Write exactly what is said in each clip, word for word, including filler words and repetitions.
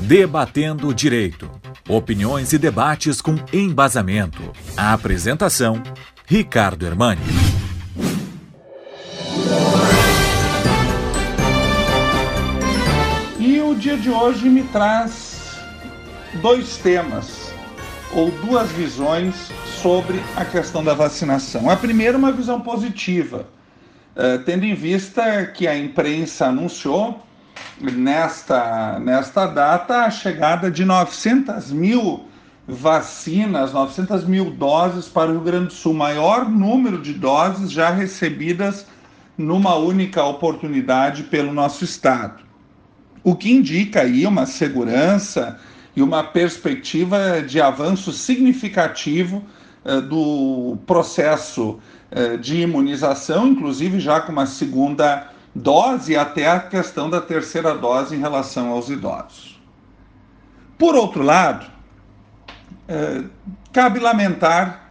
Debatendo o Direito. Opiniões e debates com embasamento. A apresentação, Ricardo Hermani. E o dia de hoje me traz dois temas, ou duas visões sobre a questão da vacinação. A primeira, uma visão positiva, uh, tendo em vista que a imprensa anunciou nesta, nesta data a chegada de novecentas mil vacinas, novecentas mil doses para o Rio Grande do Sul, maior número de doses já recebidas numa única oportunidade pelo nosso estado. O que indica aí uma segurança e uma perspectiva de avanço significativo uh, do processo uh, de imunização, inclusive já com uma segunda dose e até a questão da terceira dose em relação aos idosos. Por outro lado, uh, cabe lamentar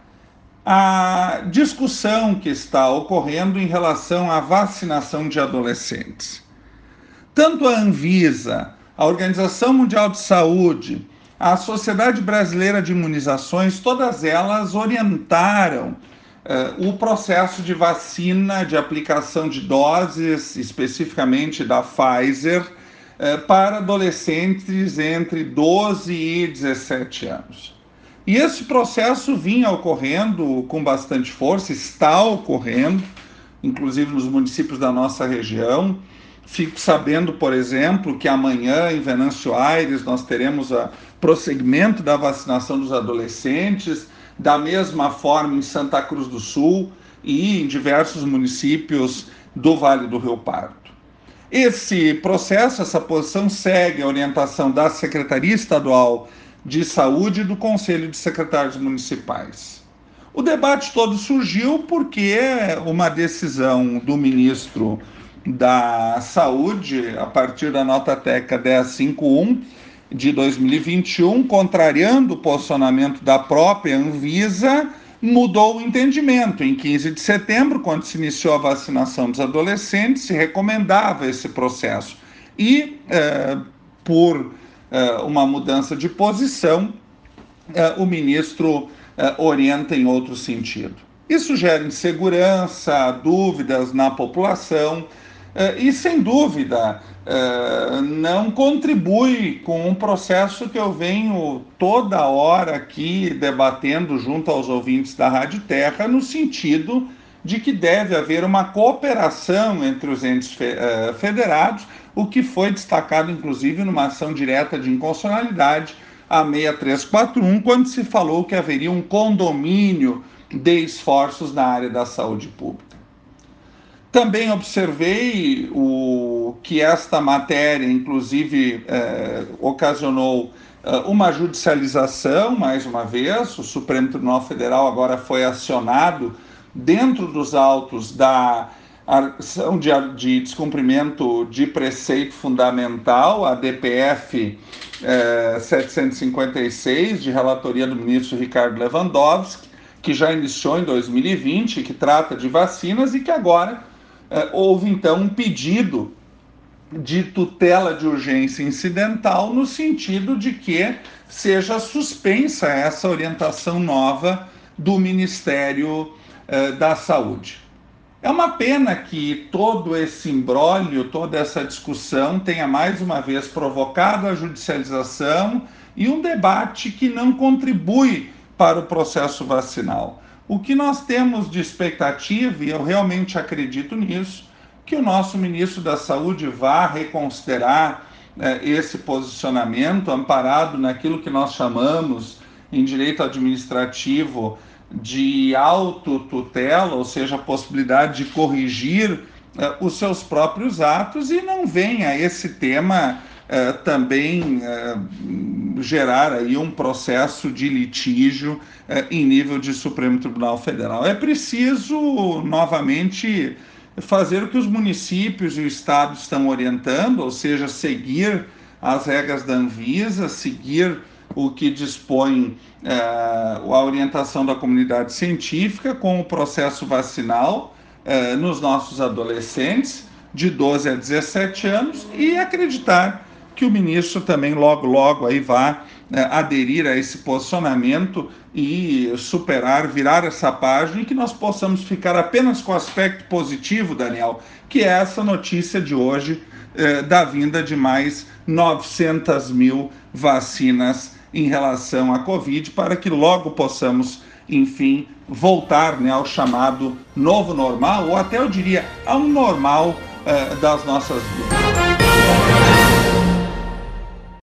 a discussão que está ocorrendo em relação à vacinação de adolescentes. Tanto a Anvisa, a Organização Mundial de Saúde, a Sociedade Brasileira de Imunizações, todas elas orientaram uh, o processo de vacina, de aplicação de doses, especificamente da Pfizer, uh, para adolescentes entre doze e dezessete anos. E esse processo vinha ocorrendo com bastante força, está ocorrendo, inclusive nos municípios da nossa região. Fico sabendo, por exemplo, que amanhã em Venâncio Aires nós teremos o prosseguimento da vacinação dos adolescentes, da mesma forma em Santa Cruz do Sul e em diversos municípios do Vale do Rio Pardo. Esse processo, essa posição segue a orientação da Secretaria Estadual de Saúde e do Conselho de Secretários Municipais. O debate todo surgiu porque uma decisão do ministro da Saúde, a partir da nota técnica dez cinquenta e um de dois mil e vinte e um, contrariando o posicionamento da própria Anvisa, mudou o entendimento. Em quinze de setembro, quando se iniciou a vacinação dos adolescentes, se recomendava esse processo. E, eh, por eh, uma mudança de posição, eh, o ministro eh, orienta em outro sentido. Isso gera insegurança, dúvidas na população, Uh, e, sem dúvida, uh, não contribui com um processo que eu venho toda hora aqui debatendo junto aos ouvintes da Rádio Terra, no sentido de que deve haver uma cooperação entre os entes fe uh, federados, o que foi destacado, inclusive, numa ação direta de inconstitucionalidade, a seis mil trezentos e quarenta e um, quando se falou que haveria um condomínio de esforços na área da saúde pública. Também observei o, que esta matéria, inclusive, eh, ocasionou eh, uma judicialização, mais uma vez. O Supremo Tribunal Federal agora foi acionado dentro dos autos da ação de, de descumprimento de preceito fundamental, a D P F eh, setecentos e cinquenta e seis, de relatoria do ministro Ricardo Lewandowski, que já iniciou em dois mil e vinte, que trata de vacinas e que agora Uh, houve, então, um pedido de tutela de urgência incidental no sentido de que seja suspensa essa orientação nova do Ministério uh, da Saúde. É uma pena que todo esse imbróglio, toda essa discussão tenha mais uma vez provocado a judicialização e um debate que não contribui para o processo vacinal. O que nós temos de expectativa, e eu realmente acredito nisso, que o nosso ministro da Saúde vá reconsiderar eh, esse posicionamento, amparado naquilo que nós chamamos, em direito administrativo, de autotutela, ou seja, a possibilidade de corrigir eh, os seus próprios atos, e não venha esse tema eh, também eh, gerar aí um processo de litígio eh, em nível de Supremo Tribunal Federal. É preciso, novamente, fazer o que os municípios e o Estado estão orientando, ou seja, seguir as regras da Anvisa, seguir o que dispõe eh, a orientação da comunidade científica com o processo vacinal eh, nos nossos adolescentes de doze a dezessete anos e acreditar que o ministro também logo, logo aí vá é, aderir a esse posicionamento e superar, virar essa página, e que nós possamos ficar apenas com o aspecto positivo, Daniel, que é essa notícia de hoje eh, da vinda de mais novecentas mil vacinas em relação à Covid, para que logo possamos, enfim, voltar, né, ao chamado novo normal, ou até eu diria, ao normal eh, das nossas vidas.